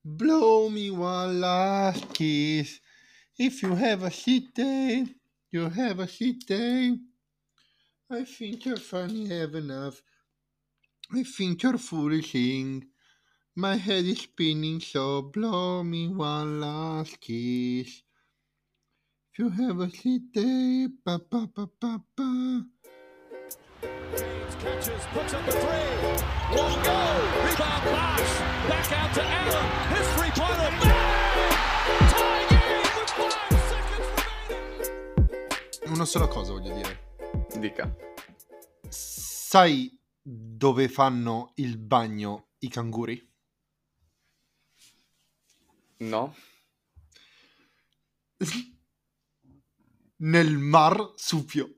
Blow me one last kiss. If you have a shit day, you have a shit day. I think you're funny, have enough. I think you're foolishing. My head is spinning, so blow me one last kiss. If you have a shit day, pa pa pa pa pa. Catches, puts up a three. Won't go. Rebound Bosh. Back out to Allen. His three-pointer. Bang! Tie game with 5 seconds remaining. Una sola cosa voglio dire. Dica. Sai dove fanno il bagno i canguri? No? Nel marsupio.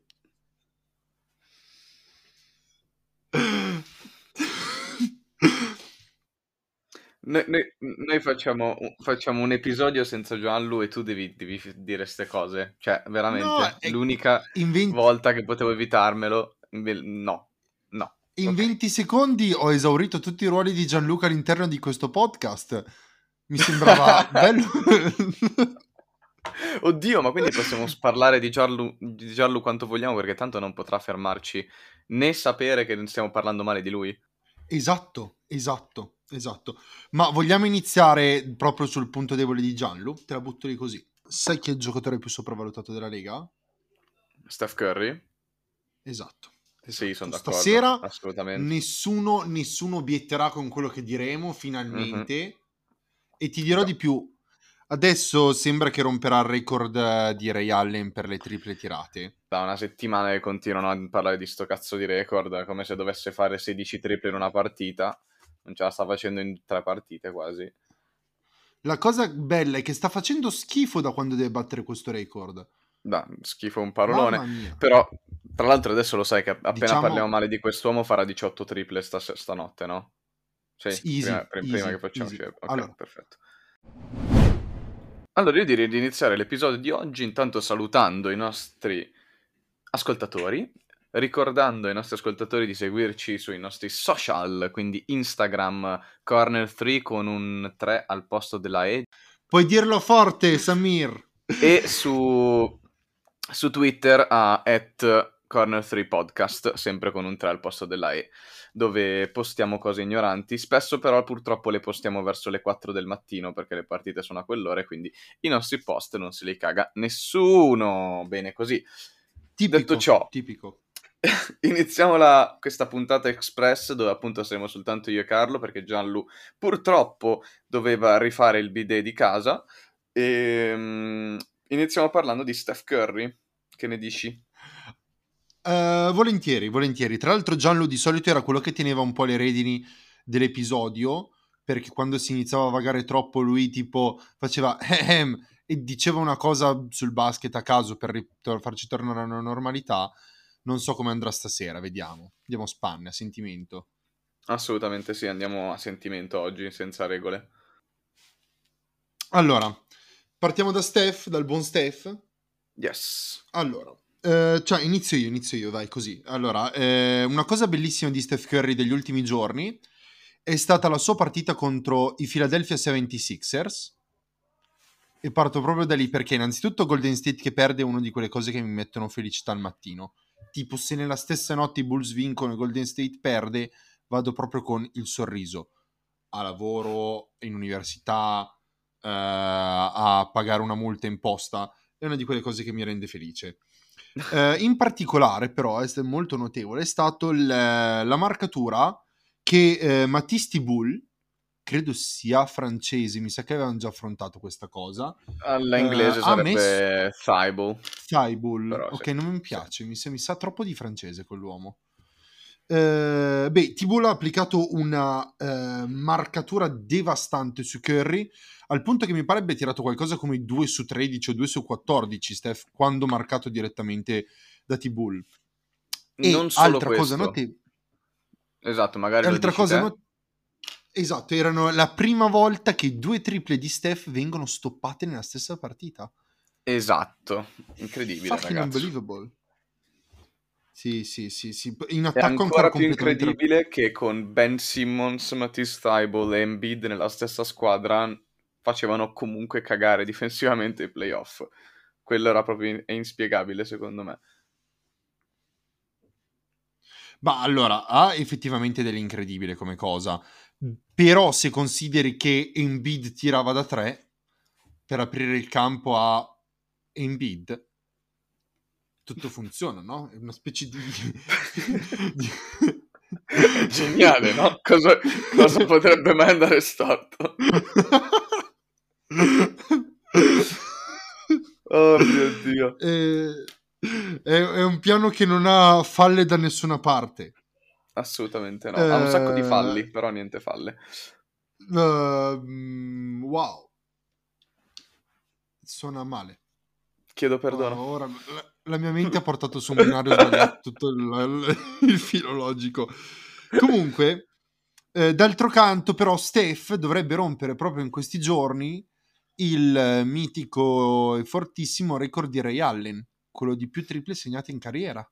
Noi facciamo un episodio senza Gianlu e tu devi dire ste cose. Cioè, veramente, No, l'unica volta che potevo evitarmelo. No. In Ok. 20 secondi ho esaurito tutti i ruoli di Gianluca all'interno di questo podcast. Mi sembrava bello. Oddio, ma quindi possiamo parlare di Gianlu quanto vogliamo, perché tanto non potrà fermarci né sapere che stiamo parlando male di lui. Esatto. Ma vogliamo iniziare proprio sul punto debole di Gianlu? Te la butto lì così. Sai chi è il giocatore più sopravvalutato della Lega? Steph Curry? Esatto. Sì, sono d'accordo. Stasera Assolutamente. nessuno obietterà con quello che diremo, finalmente. E ti dirò di più. Adesso sembra che romperà il record di Ray Allen per le triple tirate. Da una settimana che continuano a parlare di sto cazzo di record, come se dovesse fare 16 triple in una partita. Non ce la sta facendo in 3 partite quasi. La cosa bella è che sta facendo schifo da quando deve battere questo record. Beh, schifo un parolone. Mamma mia. Però, tra l'altro adesso lo sai che appena Diciamo- parliamo male di quest'uomo farà 18 triple stanotte, no? Sì, Easy, prima che facciamo easy. Ok, Allora. perfetto. Allora io direi di iniziare l'episodio di oggi intanto salutando i nostri ascoltatori, ricordando ai nostri ascoltatori di seguirci sui nostri social, quindi Instagram Corner3 con un 3 al posto della E. Puoi dirlo forte, Samir. E su Twitter a @corner3podcast, sempre con un 3 al posto della E, dove postiamo cose ignoranti. Spesso però purtroppo le postiamo verso le 4 del mattino perché le partite sono a quell'ora e quindi i nostri post non se li caga nessuno. Bene così. Detto ciò, Tipico. iniziamo questa puntata express dove appunto saremo soltanto io e Carlo perché Gianlu purtroppo doveva rifare il bidet di casa. E iniziamo parlando di Steph Curry. Che ne dici? Volentieri. Tra l'altro Gianlu di solito era quello che teneva un po' le redini dell'episodio, perché quando si iniziava a vagare troppo lui tipo faceva e diceva una cosa sul basket a caso per farci tornare alla normalità. Non so come andrà stasera, vediamo. Andiamo a spanne, a sentimento. Assolutamente sì, andiamo a sentimento oggi, senza regole. Allora, partiamo da Steph, dal buon Steph. Yes. Allora, inizio io, vai così. Allora, una cosa bellissima di Steph Curry degli ultimi giorni è stata la sua partita contro i Philadelphia 76ers. E parto proprio da lì perché innanzitutto Golden State che perde è una di quelle cose che mi mettono felicità al mattino. Tipo, se nella stessa notte i Bulls vincono e Golden State perde, vado proprio con il sorriso. A lavoro, in università, a pagare una multa imposta. È una di quelle cose che mi rende felice. In particolare, però, è molto notevole, è stato la marcatura che Matisse Bull, credo sia francese, mi sa che avevano già affrontato questa cosa. All'inglese sarebbe Thibault. Però, Ok, sì, non mi piace, mi sa troppo di francese quell'uomo. Thibault ha applicato una marcatura devastante su Curry, al punto che mi pare abbia tirato qualcosa come 2 su 13 o 2 su 14 Steph, quando marcato direttamente da Thibault. Non solo questo. Esatto, magari lo dici te. Esatto, erano la prima volta che 2 triple di Steph vengono stoppate nella stessa partita. Esatto, incredibile, Fucking ragazzi. unbelievable. Sì, in È attacco ancora ancora più completamente... incredibile che con Ben Simmons, Matisse Thybulle e Embiid nella stessa squadra facevano comunque cagare difensivamente i playoff. Quello era proprio è inspiegabile secondo me. Ma allora, ha effettivamente dell'incredibile come cosa, però se consideri che Embiid tirava da 3 per aprire il campo a Embiid, tutto funziona, no? È una specie di... di- È geniale, no? Cosa potrebbe mai andare storto? Oh mio Dio. È un piano che non ha falle da nessuna parte. Assolutamente no. Ha un sacco di Eh, falli, però niente falle. wow, suona male. Chiedo Oh, perdono. ora la mia mente ha portato su un binario sbagliato tutto il filologico. Comunque, d'altro canto, però, Steph dovrebbe rompere proprio in questi giorni il mitico e fortissimo record di Ray Allen, quello di più triple segnate in carriera.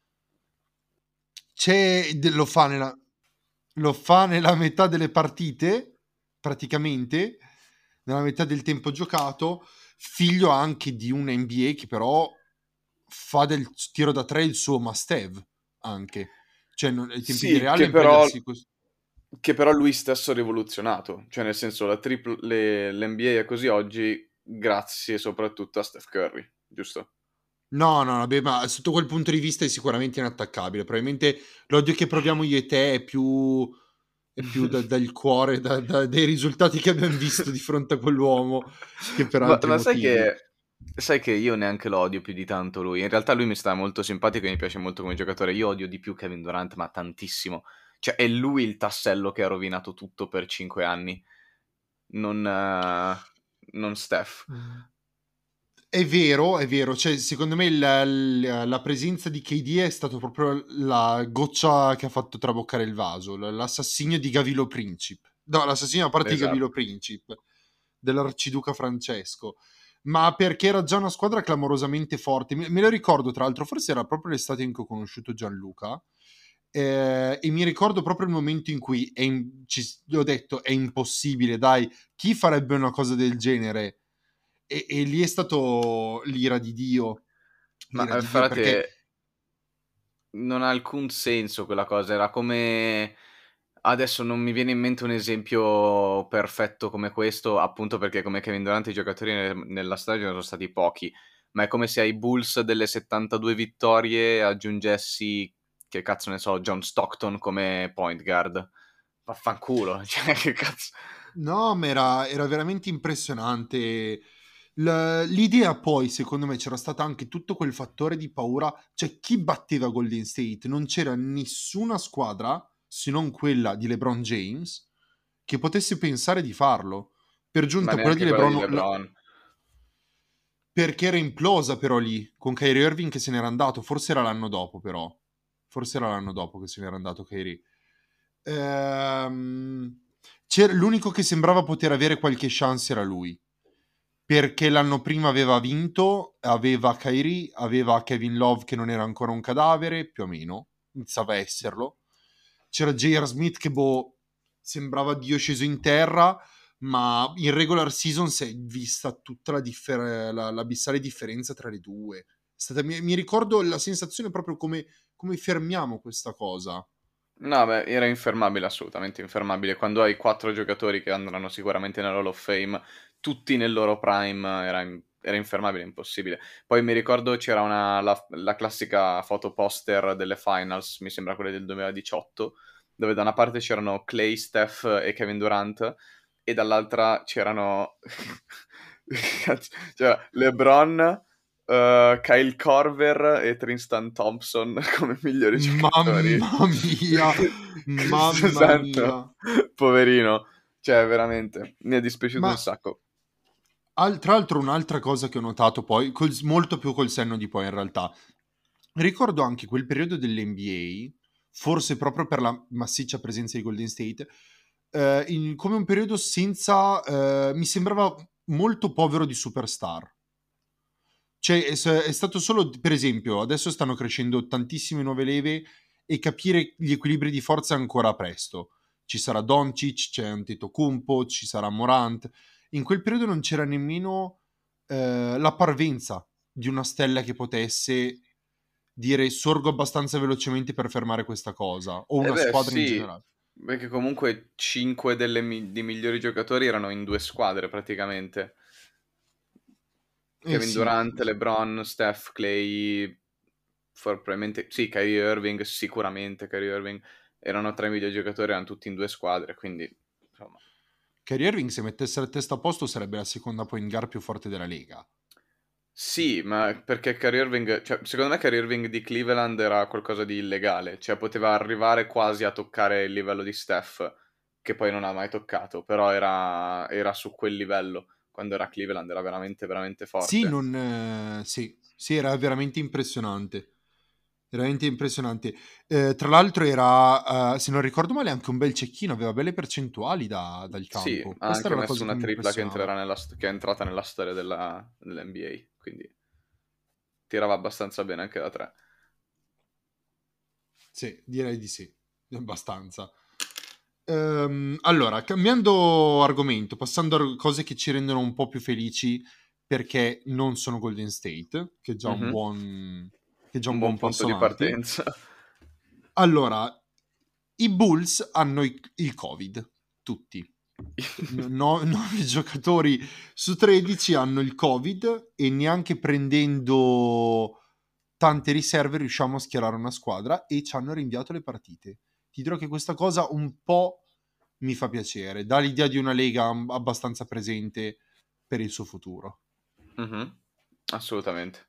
Lo fa nella metà delle partite, praticamente, nella metà del tempo giocato, figlio anche di un NBA che però fa del tiro da 3 il suo must-have, anche. Cioè, ai tempi di Sì, Real prendersi questo... che però lui stesso ha rivoluzionato. Cioè, nel senso, l'NBA è così oggi grazie soprattutto a Steph Curry, giusto? No, vabbè, ma sotto quel punto di vista è sicuramente inattaccabile. Probabilmente l'odio che proviamo io e te è più dal cuore, dai risultati che abbiamo visto di fronte a quell'uomo, che per altri Ma motivi. sai che io neanche lo odio più di tanto lui. In realtà lui mi sta molto simpatico e mi piace molto come giocatore. Io odio di più Kevin Durant, ma tantissimo. Cioè, è lui il tassello che ha rovinato tutto per 5 anni, non Steph. È vero, cioè, secondo me la presenza di KD è stato proprio la goccia che ha fatto traboccare il vaso, l'assassinio di Gavilo Princip. No, l'assassino a parte di Esatto. Gavilo Princip, dell'arciduca Francesco. Ma perché era già una squadra clamorosamente forte. Me lo ricordo, tra l'altro, forse era proprio l'estate in cui ho conosciuto Gianluca. E mi ricordo proprio il momento in cui gli ho detto: è impossibile, dai, chi farebbe una cosa del genere? E lì è stato l'ira di Dio. Ma L'ira di Dio perché frate, non ha alcun senso quella cosa. Era come... Adesso non mi viene in mente un esempio perfetto come questo, appunto perché come Kevin Durant i giocatori nella stagione sono stati pochi, ma è come se ai Bulls delle 72 vittorie aggiungessi, che cazzo ne so, John Stockton come point guard. Vaffanculo, cioè che cazzo... no, ma era veramente impressionante. L'idea poi, secondo me, c'era stata anche tutto quel fattore di paura. Cioè, chi batteva Golden State? Non c'era nessuna squadra, se non quella di LeBron James, che potesse pensare di farlo. Per Ma giunta quella di neanche quella di LeBron, LeBron. perché era implosa però lì, con Kyrie Irving che se n'era andato. Forse era l'anno dopo, però. Forse era l'anno dopo che se n'era andato Kyrie. L'unico che sembrava poter avere qualche chance era lui, perché l'anno prima aveva vinto, aveva Kyrie, aveva Kevin Love che non era ancora un cadavere, più o meno, iniziava a esserlo. C'era J.R. Smith che sembrava Dio sceso in terra, ma in regular season si è vista tutta l'abissale differenza tra le due. Mi ricordo la sensazione proprio come fermiamo questa cosa. No, beh, era infermabile, assolutamente infermabile. Quando hai 4 giocatori che andranno sicuramente nell'Hall of Fame, tutti nel loro prime, era infermabile, impossibile. Poi mi ricordo c'era la classica foto poster delle finals, mi sembra quelle del 2018, dove da una parte c'erano Clay, Steph e Kevin Durant, e dall'altra c'erano c'era LeBron, Kyle Korver e Tristan Thompson come migliori giocatori. Mamma mia, Cristo mamma mia. santo, poverino. Cioè, veramente, mi è dispiaciuto Ma un sacco. tra l'altro un'altra cosa che ho notato poi, molto più col senno di poi in realtà, ricordo anche quel periodo dell'NBA, forse proprio per la massiccia presenza di Golden State, come un periodo senza... mi sembrava molto povero di superstar. Cioè, è stato solo, per esempio, adesso stanno crescendo tantissime nuove leve e capire gli equilibri di forza è ancora presto. Ci sarà Doncic, c'è Antetokounmpo, ci sarà Morant. In quel periodo non c'era nemmeno la parvenza di una stella che potesse dire sorgo abbastanza velocemente per fermare questa cosa, o Eh una beh, squadra in sì, generale. perché comunque 5 dei migliori giocatori erano in due squadre praticamente. Eh Kevin sì, Durant, LeBron, Steph, Clay, probabilmente, sì, Kyrie Irving, sicuramente Kyrie Irving, erano tra i migliori giocatori, erano tutti in due squadre, quindi insomma. Kyrie Irving se mettesse la testa a posto sarebbe la seconda point guard più forte della Lega. Sì, ma perché Kyrie Irving, cioè, secondo me Kyrie Irving di Cleveland era qualcosa di illegale, cioè poteva arrivare quasi a toccare il livello di Steph, che poi non ha mai toccato, però era su quel livello, quando era a Cleveland era veramente, veramente Sì, forte. sì, sì, era veramente impressionante. Veramente impressionante. Tra l'altro era, se non ricordo male, anche un bel cecchino, aveva belle percentuali dal Sì, campo. ha Questa anche era la messo cosa che una mi tripla che, impressionava. che è entrata nella storia dell'NBA, quindi tirava abbastanza bene anche da tre. Sì, direi di sì, abbastanza. Allora, cambiando argomento, passando a cose che ci rendono un po' più felici perché non sono Golden State, Mhm. che è già Un un buon buon punto passo di avanti. partenza. Allora, i Bulls hanno il Covid, tutti. 9 giocatori su 13 hanno il Covid e neanche prendendo tante riserve riusciamo a schierare una squadra e ci hanno rinviato le partite. Ti dirò che questa cosa un po' mi fa piacere, dà l'idea di una lega abbastanza presente per il suo futuro. Mhm. Assolutamente.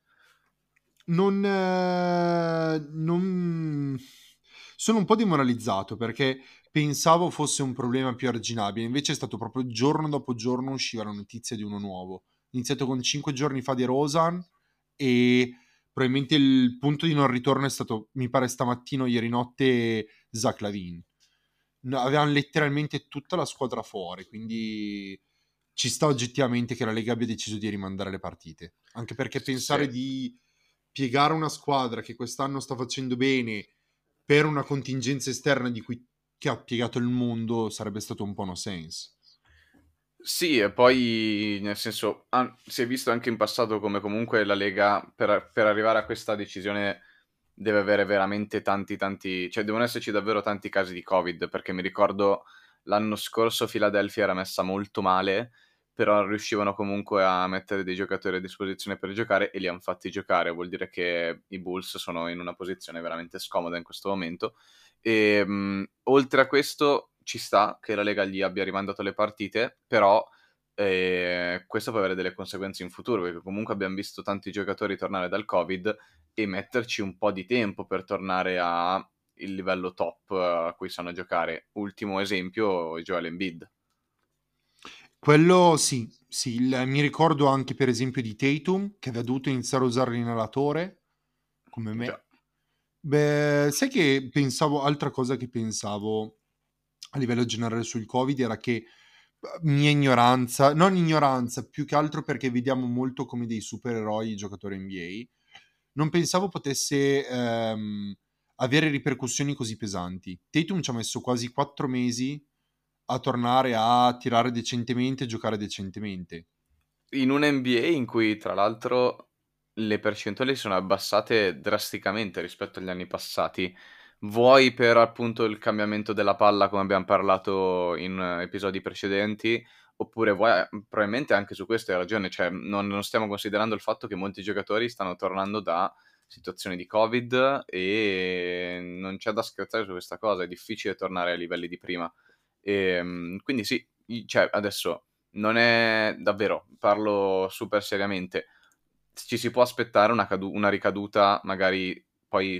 Non sono un po' demoralizzato perché pensavo fosse un problema più arginabile, invece è stato proprio giorno dopo giorno usciva la notizia di uno nuovo. Ho iniziato con 5 giorni fa di Rosan e probabilmente il punto di non ritorno è stato, mi pare stamattina o ieri notte, Zach Lavin. No, avevano letteralmente tutta la squadra fuori, quindi ci sta oggettivamente che la Lega abbia deciso di rimandare le partite. Anche perché Sì. pensare di piegare una squadra che quest'anno sta facendo bene per una contingenza esterna che ha piegato il mondo sarebbe stato un po' no sense. Sì, e poi nel senso si è visto anche in passato come comunque la Lega per arrivare a questa decisione deve avere veramente tanti, cioè devono esserci davvero tanti casi di Covid, perché mi ricordo l'anno scorso Philadelphia era messa molto male, però riuscivano comunque a mettere dei giocatori a disposizione per giocare e li hanno fatti giocare, vuol dire che i Bulls sono in una posizione veramente scomoda in questo momento. E oltre a questo ci sta che la Lega gli abbia rimandato le partite, però questo può avere delle conseguenze in futuro, perché comunque abbiamo visto tanti giocatori tornare dal Covid e metterci un po' di tempo per tornare a il livello top a cui sanno giocare. Ultimo esempio, Joel Embiid. Quello sì, sì, mi ricordo anche per esempio di Tatum che aveva dovuto iniziare a usare l'inalatore come Già. me. Beh, sai che pensavo, altra cosa che pensavo a livello generale sul Covid era che mia ignoranza, non ignoranza, più che altro perché vediamo molto come dei supereroi i giocatori NBA, non pensavo potesse avere ripercussioni così pesanti. Tatum ci ha messo quasi 4 mesi a tornare a tirare decentemente e giocare decentemente. In un NBA in cui tra l'altro le percentuali sono abbassate drasticamente rispetto agli anni passati, vuoi per appunto il cambiamento della palla come abbiamo parlato in episodi precedenti, oppure vuoi, probabilmente anche su questo hai ragione, cioè non stiamo considerando il fatto che molti giocatori stanno tornando da situazioni di Covid e non c'è da scherzare su questa cosa, è difficile tornare ai livelli di prima. Quindi sì, cioè adesso non è davvero, parlo super seriamente. Ci si può aspettare una ricaduta magari poi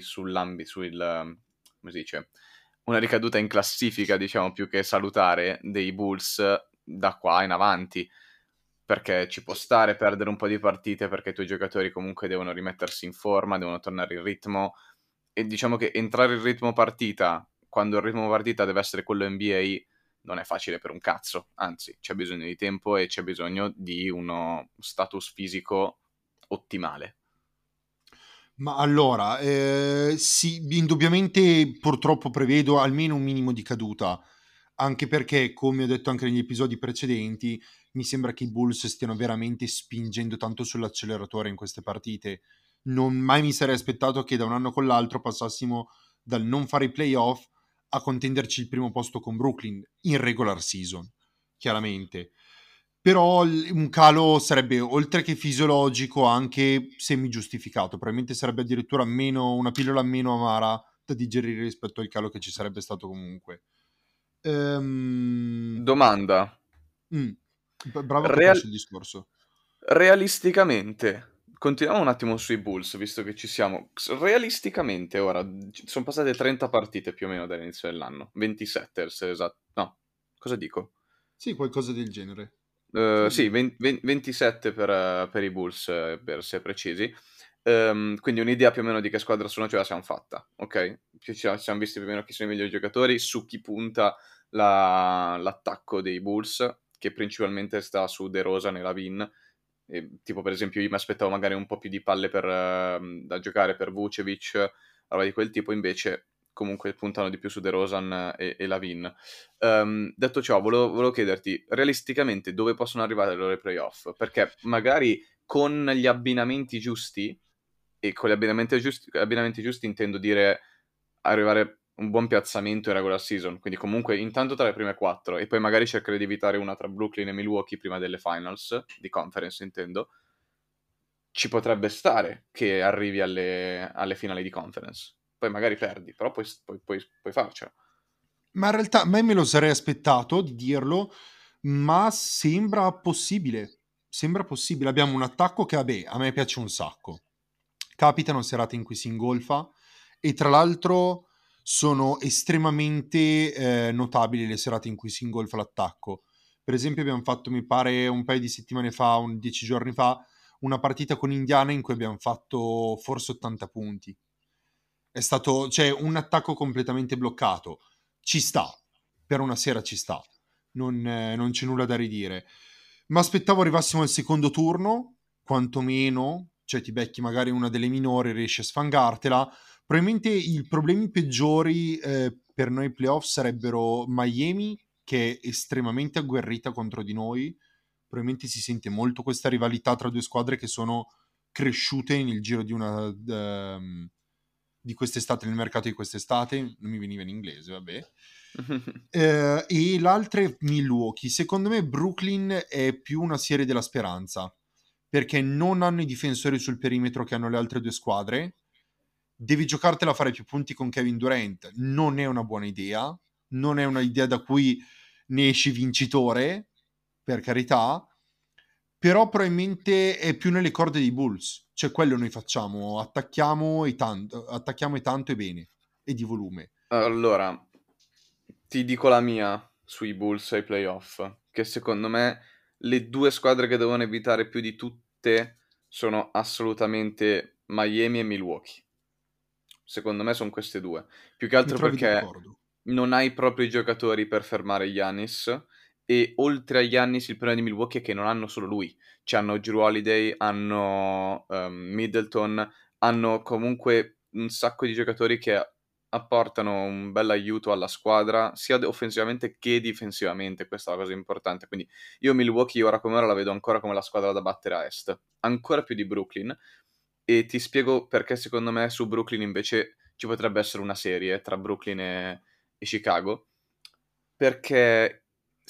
come si dice? Una ricaduta in classifica, diciamo, più che salutare dei Bulls da qua in avanti. Perché ci può stare perdere un po' di partite perché i tuoi giocatori comunque devono rimettersi in forma, devono tornare in ritmo. E diciamo che entrare in ritmo partita, quando il ritmo partita deve essere quello NBA, non è facile per un cazzo, anzi c'è bisogno di tempo e c'è bisogno di uno status fisico ottimale. Ma allora, sì, indubbiamente purtroppo prevedo almeno un minimo di caduta, anche perché, come ho detto anche negli episodi precedenti, mi sembra che i Bulls stiano veramente spingendo tanto sull'acceleratore in queste partite. Non mai mi sarei aspettato che da un anno con l'altro passassimo dal non fare i playoff a contenderci il primo posto con Brooklyn in regular season, chiaramente. Però un calo sarebbe, oltre che fisiologico, anche semi-giustificato. Probabilmente sarebbe addirittura una pillola meno amara da digerire rispetto al calo che ci sarebbe stato comunque. Domanda. Mm, bravo che Real- aprisci il discorso. Realisticamente, continuiamo un attimo sui Bulls, visto che ci siamo. Realisticamente, ora, sono passate 30 partite più o meno dall'inizio dell'anno. 27, se esatto. No, cosa dico? Sì, qualcosa del genere. Sì, Sì, sì. 27 per i Bulls, per essere precisi. Quindi un'idea più o meno di che squadra sono ce la siamo fatta, ok? Ci siamo visti più o meno chi sono i migliori giocatori, su chi punta l'attacco dei Bulls, che principalmente sta su DeRozan e Lavin. Tipo, per esempio, io mi aspettavo magari un po' più di palle da giocare per Vucevic, roba di quel tipo, invece comunque puntano di più su DeRozan e Lavin. Detto ciò, volevo chiederti, realisticamente dove possono arrivare i loro playoff? Perché magari con gli abbinamenti giusti, e con gli abbinamenti giusti intendo dire arrivare un buon piazzamento in regular season, quindi comunque intanto tra le prime quattro, e poi magari cercare di evitare una tra Brooklyn e Milwaukee prima delle finals, di conference intendo, ci potrebbe stare che arrivi alle finali di conference. Poi magari perdi, però puoi farcela. Ma in realtà mai me lo sarei aspettato di dirlo, ma sembra possibile. Sembra possibile. Abbiamo un attacco che, vabbè, a me piace un sacco. Capitano serate in cui si ingolfa e tra l'altro sono estremamente notabili le serate in cui si ingolfa l'attacco. Per esempio abbiamo fatto, mi pare, un paio di settimane fa, 10 giorni fa, una partita con Indiana in cui abbiamo fatto forse 80 punti. È stato, cioè, un attacco completamente bloccato. Ci sta, per una sera ci sta, non c'è nulla da ridire. Ma aspettavo arrivassimo al secondo turno, quantomeno, cioè ti becchi magari una delle minori, riesci a sfangartela. Probabilmente i problemi peggiori per noi playoff sarebbero Miami, che è estremamente agguerrita contro di noi. Probabilmente si sente molto questa rivalità tra due squadre che sono cresciute nel giro di quest'estate, nel mercato di quest'estate, non mi veniva in inglese, vabbè. E l'altra è Milwaukee. Secondo me Brooklyn è più una serie della speranza, perché non hanno i difensori sul perimetro che hanno le altre due squadre. Devi giocartela a fare più punti con Kevin Durant. Non è una buona idea, non è una idea da cui ne esci vincitore, per carità, però probabilmente è più nelle corde dei Bulls. Cioè quello noi facciamo, attacchiamo e tanto e bene, e di volume. Allora, ti dico la mia sui Bulls ai playoff, che secondo me le due squadre che devono evitare più di tutte sono assolutamente Miami e Milwaukee. Secondo me sono queste due. Più che Mi altro trovi perché d'accordo. non hai proprio i giocatori per fermare Giannis, e oltre a Giannis il problema di Milwaukee è che non hanno solo lui. Cioè hanno Drew Holiday, hanno Middleton, hanno comunque un sacco di giocatori che apportano un bel aiuto alla squadra, sia offensivamente che difensivamente, questa è la cosa importante. Quindi io Milwaukee ora come ora la vedo ancora come la squadra da battere a est, ancora più di Brooklyn, e ti spiego perché secondo me su Brooklyn invece ci potrebbe essere una serie tra Brooklyn e Chicago, perché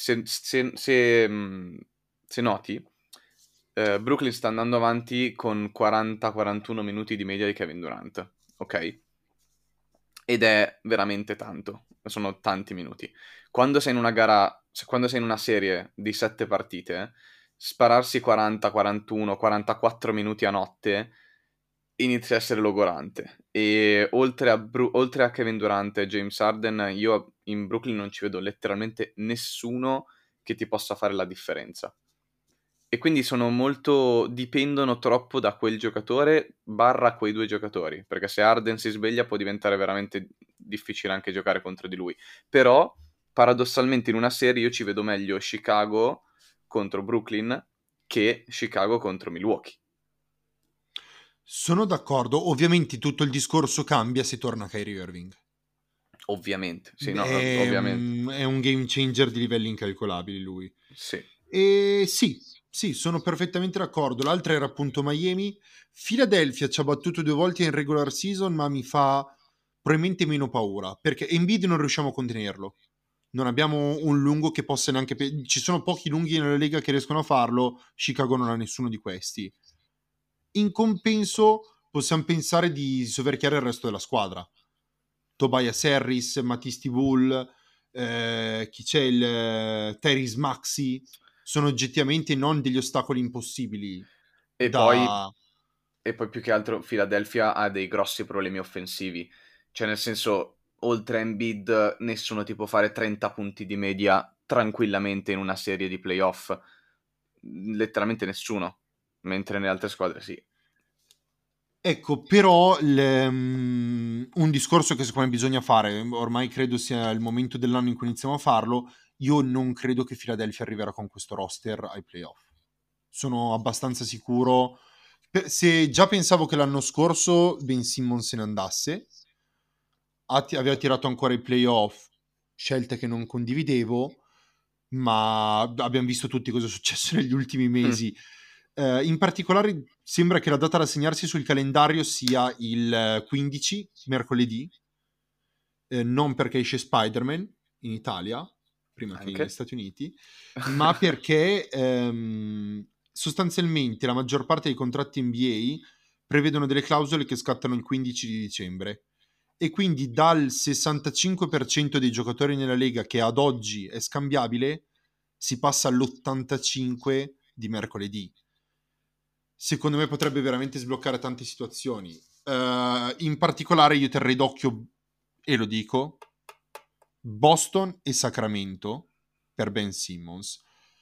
se noti, Brooklyn sta andando avanti con 40-41 minuti di media di Kevin Durant, ok? Ed è veramente tanto, sono tanti minuti. Quando sei in una serie di 7 partite, spararsi 40, 41, 44 minuti a notte inizia a essere logorante. E oltre a Kevin Durant e James Harden, io in Brooklyn non ci vedo letteralmente nessuno che ti possa fare la differenza. E quindi dipendono troppo da quel giocatore barra quei due giocatori, perché se Harden si sveglia può diventare veramente difficile anche giocare contro di lui. Però, paradossalmente, in una serie io ci vedo meglio Chicago contro Brooklyn che Chicago contro Milwaukee. Sono d'accordo, ovviamente tutto il discorso cambia se torna Kyrie Irving. Ovviamente, sì, no, È ovviamente, è un game changer di livelli incalcolabili lui. sì. E sì, sono perfettamente d'accordo. L'altra era appunto Miami. Philadelphia ci ha battuto 2 volte in regular season, ma mi fa probabilmente meno paura, perché Embiid non riusciamo a contenerlo. Non abbiamo un lungo che possa neanche... ci sono pochi lunghi nella Lega che riescono a farlo, Chicago non ha nessuno di questi. In compenso possiamo pensare di soverchiare il resto della squadra. Tobias Harris, Matisse Bull, chi c'è il Tyrese Maxey, sono oggettivamente non degli ostacoli impossibili E poi, da... e poi più che altro Philadelphia ha dei grossi problemi offensivi, cioè nel senso, oltre a Embiid nessuno ti può fare 30 punti di media tranquillamente in una serie di playoff, letteralmente nessuno, mentre nelle altre squadre sì. Ecco, però un discorso che secondo me bisogna fare, ormai credo sia il momento dell'anno in cui iniziamo a farlo, io non credo che Philadelphia arriverà con questo roster ai playoff. Sono abbastanza sicuro. Se già pensavo che l'anno scorso Ben Simmons se ne andasse, aveva tirato ancora i playoff, scelte che non condividevo, ma abbiamo visto tutti cosa è successo negli ultimi mesi. In particolare sembra che la data da segnarsi sul calendario sia il 15, mercoledì, non perché esce Spider-Man in Italia, prima che negli Anche? Stati Uniti, ma perché sostanzialmente la maggior parte dei contratti NBA prevedono delle clausole che scattano il 15 di dicembre e quindi dal 65% dei giocatori nella Lega che ad oggi è scambiabile si passa all'85% di mercoledì. Secondo me potrebbe veramente sbloccare tante situazioni. In particolare io terrei d'occhio, e lo dico, Boston e Sacramento per Ben Simmons.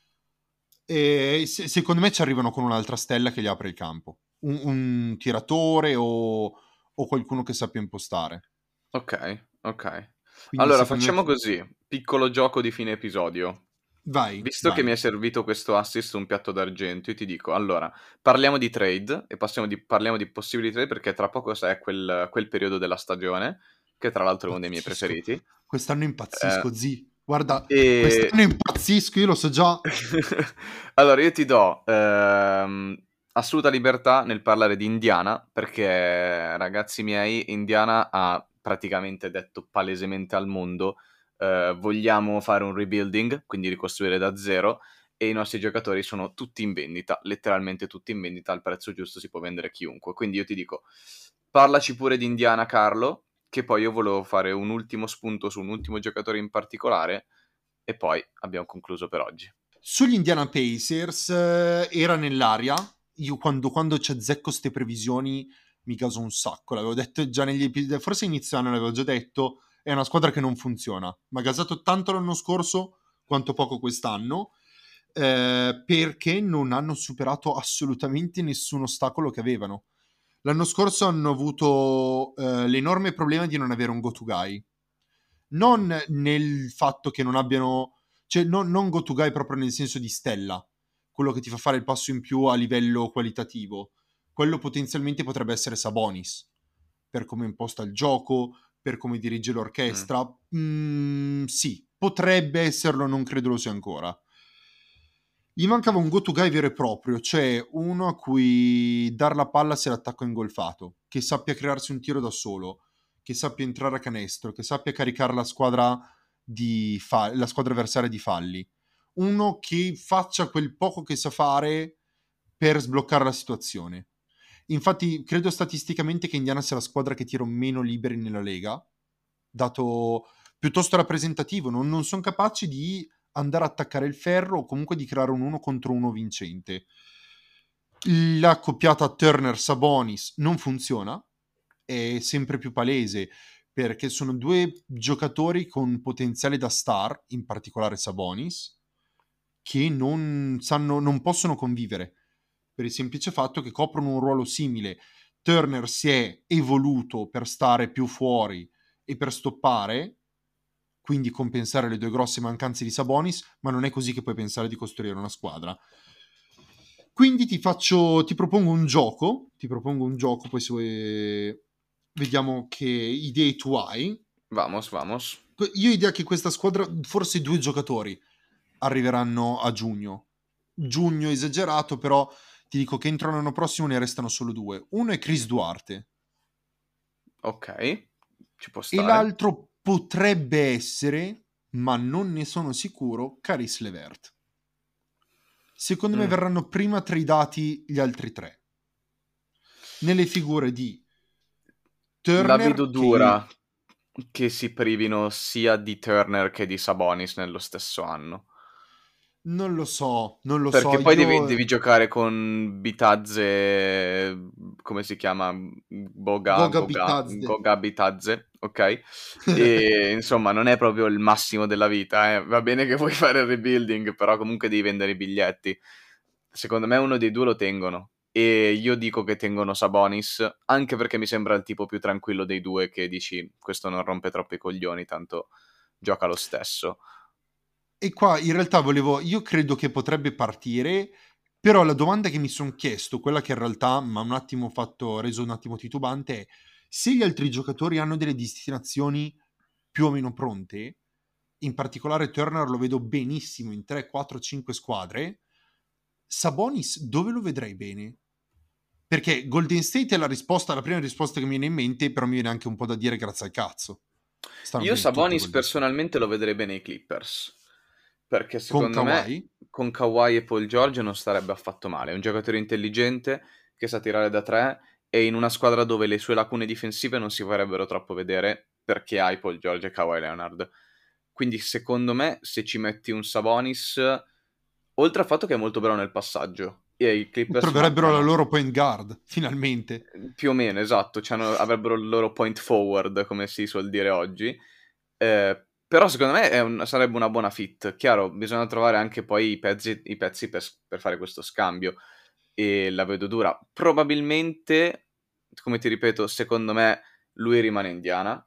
E secondo me ci arrivano con un'altra stella che gli apre il campo. Un tiratore o qualcuno che sappia impostare. Ok, ok. Quindi Allora, secondo me... facciamo così, piccolo gioco di fine episodio. Vai, Visto che mi vai. è servito questo assist un piatto d'argento, io ti dico, allora, parliamo di trade e parliamo di possibili trade perché tra poco è quel periodo della stagione, che tra l'altro è uno dei miei Impazzisco. preferiti. Quest'anno Eh, impazzisco, zi. Guarda, e quest'anno impazzisco, io lo so già. allora io ti do assoluta libertà nel parlare di Indiana perché, ragazzi miei, Indiana ha praticamente detto palesemente al mondo vogliamo fare un rebuilding, quindi ricostruire da zero e i nostri giocatori sono tutti in vendita, letteralmente tutti in vendita, al prezzo giusto si può vendere chiunque. Quindi io ti dico, parlaci pure di Indiana, Carlo, che poi io volevo fare un ultimo spunto su un ultimo giocatore in particolare e poi abbiamo concluso per oggi. Sugli Indiana Pacers era nell'aria. Io quando ci azzecco queste previsioni mi caso un sacco. L'avevo detto già negli episodi, forse inizio anno l'avevo già detto. È una squadra che non funziona. Mi ha gasato tanto l'anno scorso quanto poco quest'anno. Perché non hanno superato assolutamente nessun ostacolo che avevano. L'anno scorso hanno avuto l'enorme problema di non avere un go-to-guy. Non nel fatto che non abbiano... Cioè, non go-to-guy proprio nel senso di stella, quello che ti fa fare il passo in più a livello qualitativo. Quello potenzialmente potrebbe essere Sabonis, per come imposta il gioco, per come dirige Mm. l'orchestra. Sì, potrebbe esserlo, non credo lo sia ancora. Gli mancava un go-to-guy vero e proprio, cioè uno a cui dar la palla se l'attacco è ingolfato, che sappia crearsi un tiro da solo, che sappia entrare a canestro, che sappia caricare la squadra, la squadra avversaria di falli. Uno che faccia quel poco che sa fare per sbloccare la situazione. Infatti, credo statisticamente che Indiana sia la squadra che tira meno liberi nella Lega, dato piuttosto rappresentativo. Non sono capaci di andare a attaccare il ferro o comunque di creare un uno contro uno vincente. La coppiata Turner-Sabonis non funziona, è sempre più palese perché sono due giocatori con potenziale da star, in particolare Sabonis, che non possono convivere per il semplice fatto che coprono un ruolo simile. Turner si è evoluto per stare più fuori e per stoppare, quindi compensare le 2 grosse mancanze di Sabonis, ma non è così che puoi pensare di costruire una squadra. Quindi ti propongo un gioco, poi se vuoi vediamo che idee tu hai. Vamos. Io ho idea che questa squadra, forse 2 giocatori arriveranno a giugno. Giugno esagerato, però ti dico che entro l'anno prossimo ne restano solo 2. Uno è Chris Duarte Ok, ci può e stare. l'altro potrebbe essere, ma non ne sono sicuro, Caris LeVert. Secondo me verranno prima tradati gli altri 3. Nelle figure di La vedo Turner, dura che si privino sia di Turner che di Sabonis nello stesso anno. non lo so, Perché poi devi, io devi giocare con Bitadze, come si chiama? Goga Bitadze. Goga Bitadze, ok? E insomma non è proprio il massimo della vita, eh. Va bene che vuoi fare il rebuilding, però comunque devi vendere i biglietti. Secondo me uno dei due lo tengono. E io dico che tengono Sabonis, anche perché mi sembra il tipo più tranquillo dei due che dici questo non rompe troppo i coglioni, tanto gioca lo stesso. E qua in realtà io credo che potrebbe partire, però la domanda che mi sono chiesto, quella che in realtà mi ha un attimo reso un attimo titubante, è se gli altri giocatori hanno delle destinazioni più o meno pronte, in particolare Turner lo vedo benissimo in 3, 4, 5 squadre, Sabonis dove lo vedrei bene? Perché Golden State è la prima risposta che mi viene in mente, però mi viene anche un po' da dire grazie al cazzo. Stanno Io bene tutti Sabonis Golden State. personalmente lo vedrei bene ai Clippers, perché Con secondo me Kawhi? con Kawhi e Paul George non starebbe affatto male. È un giocatore intelligente che sa tirare da tre e in una squadra dove le sue lacune difensive non si vorrebbero troppo vedere perché hai Paul George e Kawhi Leonard. Quindi secondo me se ci metti un Sabonis, oltre al fatto che è molto bravo nel passaggio, e i Clippers Troverebbero la mancano loro point guard, finalmente. più o meno, esatto, avrebbero il loro point forward, come si suol dire oggi. Però secondo me sarebbe una buona fit. Chiaro, bisogna trovare anche poi i pezzi per fare questo scambio. E la vedo dura. Probabilmente, come ti ripeto, secondo me lui rimane a Indiana.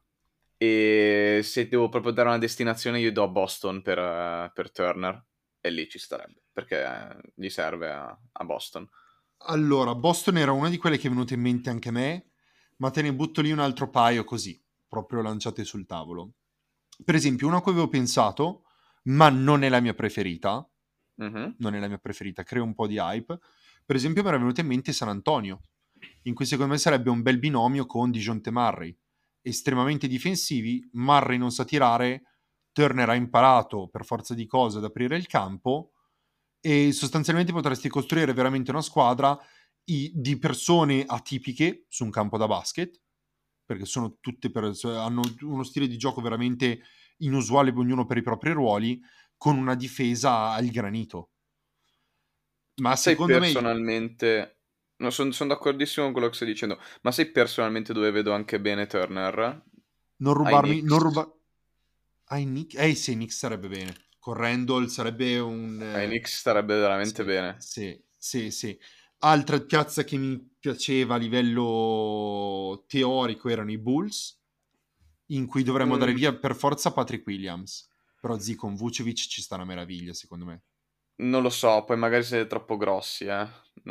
E se devo proprio dare una destinazione, io do a Boston per Turner. E lì ci starebbe, perché gli serve a Boston. Allora, Boston era una di quelle che è venuta in mente anche a me, ma te ne butto lì un altro paio così, proprio lanciate sul tavolo. Per esempio, una a cui avevo pensato, ma non è la mia preferita, Mhm. creo un po' di hype. Per esempio, mi era venuta in mente San Antonio, in cui secondo me sarebbe un bel binomio con DeJounte Murray. Estremamente difensivi, Murray non sa tirare, Turner ha imparato per forza di cose ad aprire il campo e sostanzialmente potresti costruire veramente una squadra di persone atipiche su un campo da basket, perché sono hanno uno stile di gioco veramente inusuale, ognuno per i propri ruoli, con una difesa al granito. Ma Sai secondo me, personalmente, no, sono d'accordissimo con quello che stai dicendo, ma sai personalmente dove vedo anche bene Turner? non Ai rubarmi, non Knicks. ruba... ai Knicks, sì, ai Knicks sarebbe bene. Con Randall sarebbe un... Ai Knicks starebbe veramente sì, bene. sì, sì, sì. Altra piazza che mi piaceva a livello teorico erano i Bulls, in cui dovremmo dare Mm, via per forza Patrick Williams. Però zì, con Vucevic ci sta una meraviglia, secondo me. non lo so, poi magari siete troppo grossi, eh.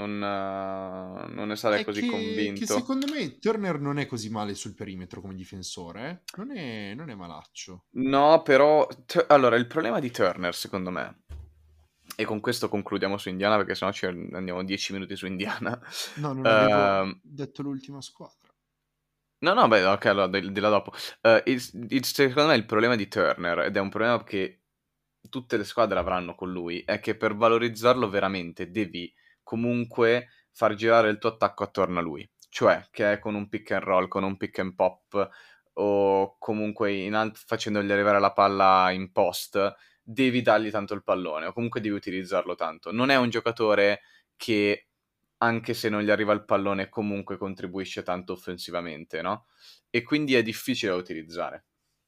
Non ne sarei È così che convinto. secondo me Turner non è così male sul perimetro come difensore, eh? Non è malaccio. No, però, allora, il problema di Turner, secondo me, e con questo concludiamo su Indiana, perché sennò ci andiamo 10 minuti su Indiana. No, non avevo Ehm, detto l'ultima squadra. No, no, beh, ok, allora di là dopo. Secondo me il problema di Turner, ed è un problema che tutte le squadre avranno con lui, è che per valorizzarlo veramente devi comunque far girare il tuo attacco attorno a lui. Cioè, che è con un pick and roll, con un pick and pop, o comunque facendogli arrivare la palla in post, devi dargli tanto il pallone, o comunque devi utilizzarlo tanto. Non è un giocatore che anche se non gli arriva il pallone, comunque contribuisce tanto offensivamente, no? E quindi è difficile da utilizzare.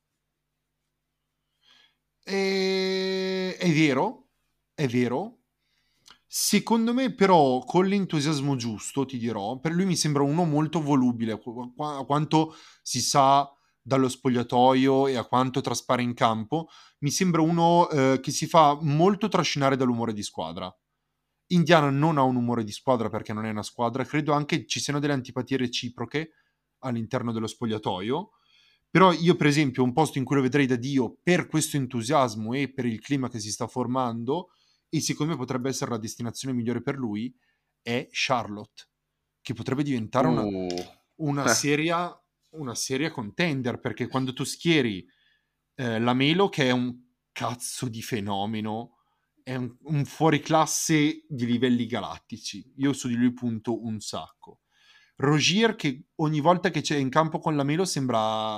È vero, è vero. Secondo me, però, con l'entusiasmo giusto, ti dirò, per lui mi sembra uno molto volubile, a quanto si sa dallo spogliatoio e a quanto traspare in campo. Mi sembra uno che si fa molto trascinare dall'umore di squadra. Indiana non ha un umore di squadra perché non è una squadra, credo anche ci siano delle antipatie reciproche all'interno dello spogliatoio, però io per esempio un posto in cui lo vedrei da Dio per questo entusiasmo e per il clima che si sta formando, e secondo me potrebbe essere la destinazione migliore per lui, è Charlotte, che potrebbe diventare una seria contender, perché quando tu schieri la Melo, che è un cazzo di fenomeno, è un fuoriclasse di livelli galattici, io su di lui punto un sacco. Rogier, che ogni volta che c'è in campo con la Melo sembra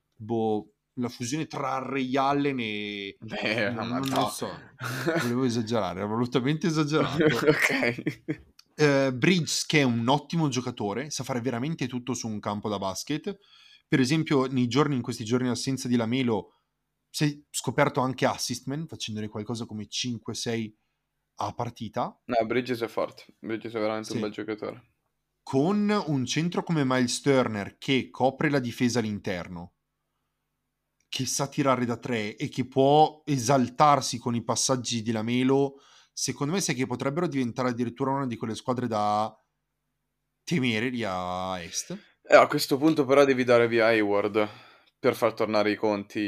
la fusione tra Ray Allen e Beh, ma non lo no. so, volevo esagerare, era volutamente esagerato. Ok. Bridges, che è un ottimo giocatore, sa fare veramente tutto su un campo da basket. Per esempio, in questi giorni in assenza di Lamelo, si è scoperto anche assistman, facendone qualcosa come 5-6 a partita. No, Bridges è forte. Bridges è veramente un Sì. bel giocatore. Con un centro come Miles Turner che copre la difesa all'interno, che sa tirare da tre e che può esaltarsi con i passaggi di Lamelo, secondo me sai che potrebbero diventare addirittura una di quelle squadre da temere lì a est. A questo punto però devi dare via Hayward per far tornare i conti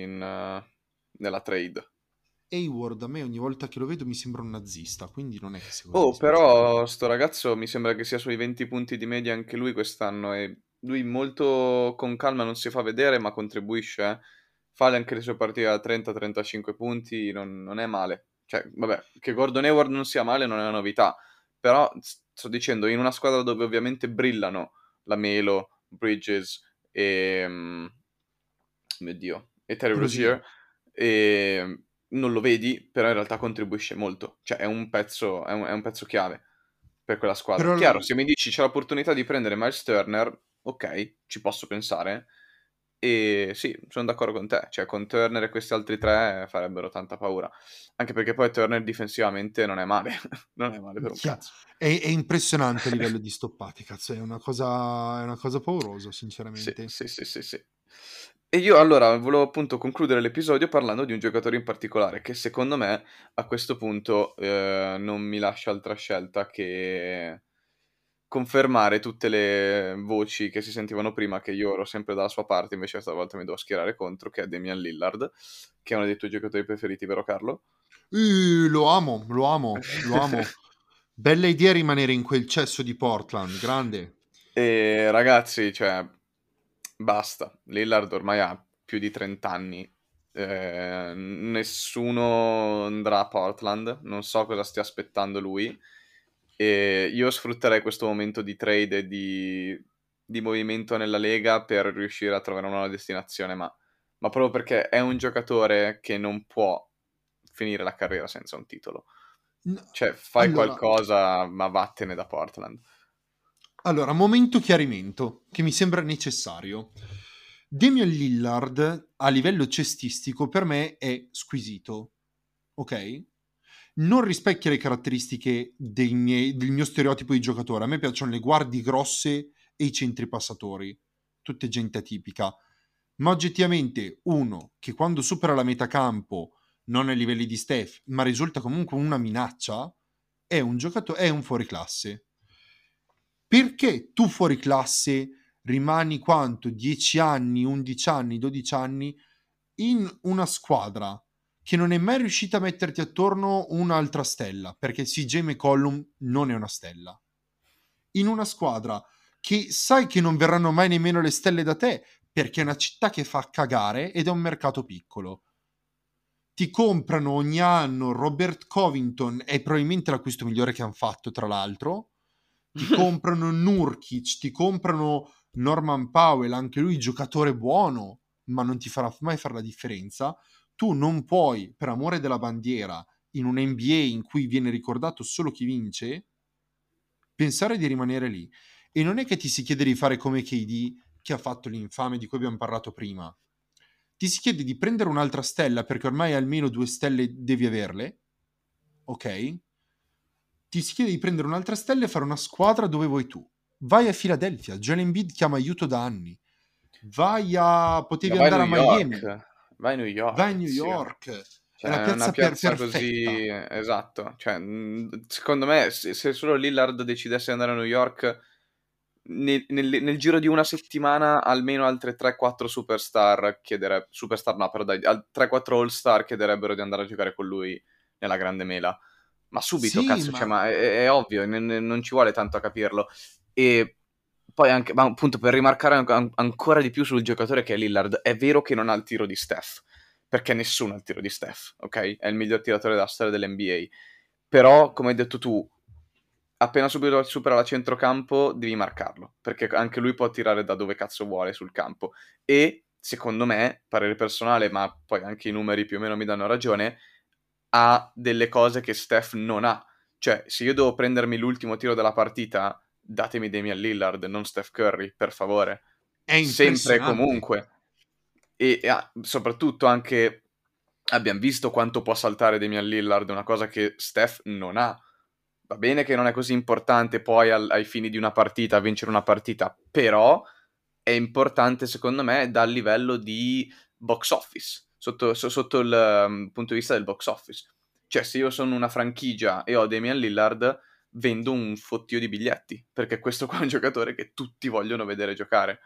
nella trade. Hayward a me ogni volta che lo vedo mi sembra un nazista, quindi non è che sia così Oh, dispiaciuto. però sto ragazzo mi sembra che sia sui 20 punti di media anche lui quest'anno e lui molto con calma non si fa vedere ma contribuisce, eh. Fa anche le sue partite da 30-35 punti, non è male. Cioè, vabbè, che Gordon Hayward non sia male non è una novità, però sto dicendo, in una squadra dove ovviamente brillano la Melo, Bridges e... mio Dio, e Terry Rozier. Rozier, e non lo vedi, però in realtà contribuisce molto. Cioè è un pezzo, è un pezzo chiave per quella squadra. Però Chiaro, se mi dici c'è l'opportunità di prendere Miles Turner, ok, ci posso pensare. E sì, sono d'accordo con te. Cioè con Turner e questi altri tre farebbero tanta paura. Anche perché poi Turner difensivamente non è male. Non è male per un cazzo. è impressionante a livello di stoppate, cazzo, è una cosa paurosa, Sì, sinceramente. sì, sì, sì, sì. E io allora volevo appunto concludere l'episodio parlando di un giocatore in particolare che secondo me a questo punto non mi lascia altra scelta che confermare tutte le voci che si sentivano prima, che io ero sempre dalla sua parte, invece stavolta mi devo schierare contro, che è Damian Lillard, che è uno dei tuoi giocatori preferiti, vero Carlo? Lo amo, lo amo, lo amo. Bella idea rimanere in quel cesso di Portland, grande. E ragazzi, cioè, basta. Lillard ormai ha più di 30 anni. Nessuno andrà a Portland. Non so cosa stia aspettando lui. E io sfrutterei questo momento di trade e di movimento nella Lega per riuscire a trovare una nuova destinazione. Ma proprio perché è un giocatore che non può finire la carriera senza un titolo. N- Cioè, fai Allora, qualcosa, ma vattene da Portland. allora, momento chiarimento che mi sembra necessario. Damian Lillard a livello cestistico per me è squisito, ok? Non rispecchia le caratteristiche del mio stereotipo di giocatore. A me piacciono le guardie grosse e i centri passatori, tutte gente atipica. Ma oggettivamente uno che quando supera la metà campo, non ai livelli di Steph, ma risulta comunque una minaccia, è un giocatore, è un fuoriclasse. Perché tu fuori classe rimani quanto? 10 anni, 11 anni, 12 anni in una squadra che non è mai riuscita a metterti attorno un'altra stella, perché CJ McCollum non è una stella. In una squadra che sai che non verranno mai nemmeno le stelle da te, perché è una città che fa cagare ed è un mercato piccolo. Ti comprano ogni anno Robert Covington, è probabilmente l'acquisto migliore che hanno fatto, tra l'altro. Ti comprano Nurkic, ti comprano Norman Powell, anche lui giocatore buono, ma non ti farà mai fare la differenza. Tu non puoi, per amore della bandiera, in un NBA in cui viene ricordato solo chi vince, pensare di rimanere lì. E non è che ti si chiede di fare come KD, che ha fatto l'infame di cui abbiamo parlato prima. Ti si chiede di prendere un'altra stella, perché ormai almeno 2 stelle devi averle, ok? Ti si chiede di prendere un'altra stella e fare una squadra dove vuoi tu. Vai a Philadelphia, Joel Embiid chiama aiuto da anni. Ma Potevi vai a andare New a Miami, York. Vai a New vai a York, New zio. York. È la Cioè, è una piazza piazza perfetta. così, esatto. Cioè, secondo me, se solo Lillard decidesse di andare a New York, nel giro di una settimana, almeno altre 3-4 superstar superstar no, però dai, 3-4 all-star chiederebbero di andare a giocare con lui nella grande mela. Ma subito, Sì, cazzo, cioè, ma ma è ovvio, non ci vuole tanto a capirlo. E poi anche, ma appunto, per rimarcare ancora di più sul giocatore che è Lillard, è vero che non ha il tiro di Steph, perché nessuno ha il tiro di Steph, ok? È il miglior tiratore della storia dell'NBA. Però, come hai detto tu, appena supera la centrocampo devi marcarlo, perché anche lui può tirare da dove cazzo vuole sul campo. E, secondo me, parere personale, ma poi anche i numeri più o meno mi danno ragione, ha delle cose che Steph non ha. Cioè, se io devo prendermi l'ultimo tiro della partita, datemi Damian Lillard, non Steph Curry, per favore. è Sempre e impressionante. comunque. E soprattutto anche abbiamo visto quanto può saltare Damian Lillard, una cosa che Steph non ha. Va bene che non è così importante poi ai fini di una partita, vincere una partita, però è importante secondo me dal livello di box office, sotto il punto di vista del box office. Cioè, se io sono una franchigia e ho Damian Lillard, vendo un fottio di biglietti, perché questo qua è un giocatore che tutti vogliono vedere giocare.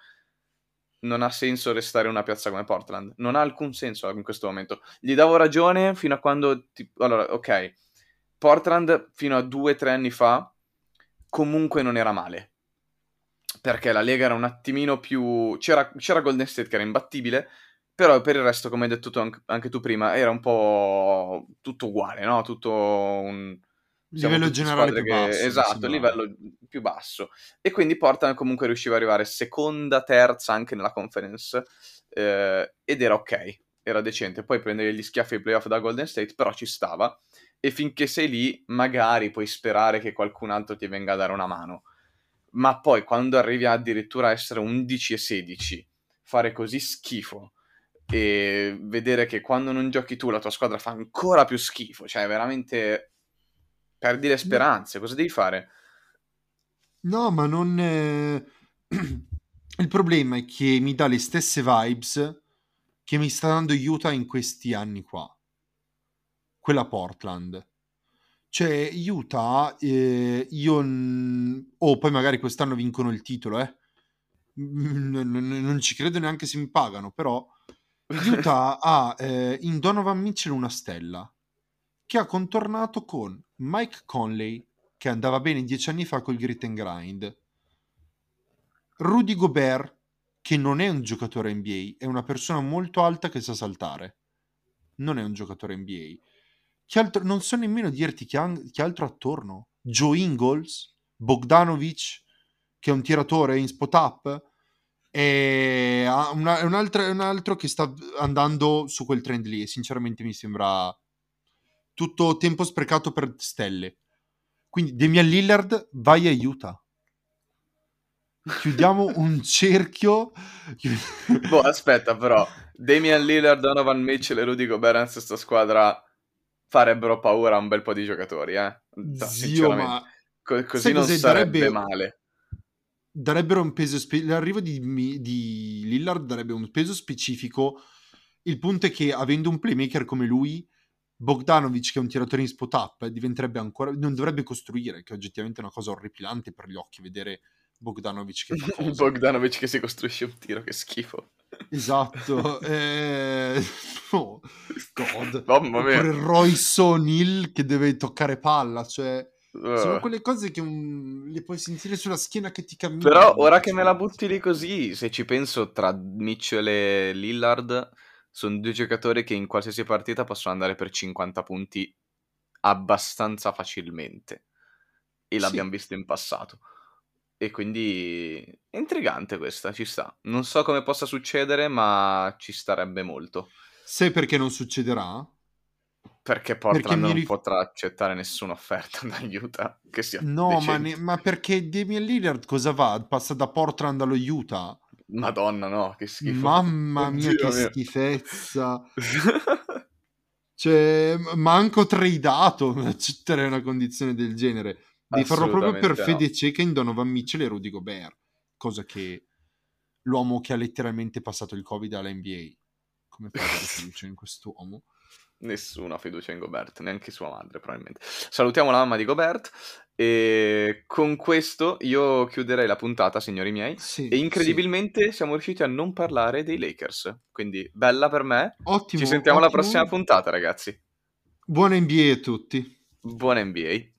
Non ha senso restare in una piazza come Portland. Non ha alcun senso in questo momento. Gli davo ragione fino a quando... Allora, ok. Portland fino a 2 o 3 anni fa comunque non era male. Perché la Lega era un attimino più... C'era Golden State che era imbattibile, però per il resto, come hai detto tu, anche tu prima, era un po' tutto uguale, no? Tutto un... Siamo Livello tutte generale squadre più che... basso, mi Esatto, a sembrava. livello più basso. E quindi Portland comunque riusciva ad arrivare seconda, terza anche nella conference, ed era ok, era decente. Poi prendere gli schiaffi ai playoff da Golden State, però ci stava. E finché sei lì, magari puoi sperare che qualcun altro ti venga a dare una mano. Ma poi quando arrivi addirittura a essere 11 e 16, fare così schifo e vedere che quando non giochi tu la tua squadra fa ancora più schifo, cioè veramente perdi le No, speranze, cosa devi fare? no, ma non... Il problema è che mi dà le stesse vibes che mi sta dando Utah in questi anni qua. Quella Portland. Cioè, Utah, oh, poi magari quest'anno vincono il titolo, eh. Non ci credo neanche se mi pagano, però Utah ha in Donovan Mitchell una stella che ha contornato con Mike Conley, che andava bene 10 anni fa col Grit and Grind, Rudy Gobert, che non è un giocatore NBA, è una persona molto alta che sa saltare. Non è un giocatore NBA. Che altro, non so nemmeno dirti che altro attorno. Joe Ingles, Bogdanovic, che è un tiratore in spot up, e un altro che sta andando su quel trend lì. E sinceramente mi sembra tutto tempo sprecato per stelle. Quindi Damian Lillard, vai a Utah. Chiudiamo un cerchio. Boh, aspetta però, Damian Lillard, Donovan Mitchell e Rudy Gobert in questa squadra farebbero paura a un bel po' di giocatori, eh? No, Zio, sinceramente, ma così sai non cos'è? sarebbe male. Darebbero un peso l'arrivo di Lillard darebbe un peso specifico. Il punto è che avendo un playmaker come lui, Bogdanovic, che è un tiratore in spot up, diventerebbe ancora, non dovrebbe costruire, che oggettivamente è una cosa orripilante per gli occhi vedere Bogdanovic che fa cose. Bogdanovic che si costruisce un tiro, che schifo. Esatto. Oh, God. Mamma mia. Oppure Royce O'Neal che deve toccare palla, cioè sono Uh. quelle cose che le puoi sentire sulla schiena che ti Però camminano ora mentre che ci me la pensi. butti lì così, se ci penso tra Mitchell e Lillard, sono due giocatori che in qualsiasi partita possono andare per 50 punti abbastanza facilmente. E l'abbiamo Sì, visto in passato. E quindi è intrigante questa, ci sta. Non so come possa succedere, ma ci starebbe molto. sai perché non succederà? Perché Perché Portland non potrà accettare nessuna offerta da Utah che sia No, decente. ma perché Damian Lillard cosa va? Passa da Portland allo Utah? Madonna, no, che schifo. Mamma mia, Oddio che mio. schifezza! Cioè, manco tradato accetterei una condizione del genere. Devi farlo proprio per Assolutamente no. fede cieca in Donovan Mitchell e Rudy Gobert, cosa che l'uomo che ha letteralmente passato il Covid alla NBA. Come fai ad avere fiducia in quest'uomo? Nessuno ha fiducia in Gobert, neanche sua madre probabilmente. Salutiamo la mamma di Gobert e con questo io chiuderei la puntata, signori miei, Sì, e incredibilmente siamo riusciti a non parlare dei Lakers, quindi bella per me. Ci Ottimo, sentiamo alla ottimo. prossima puntata, ragazzi. Buona NBA a tutti. Buona NBA.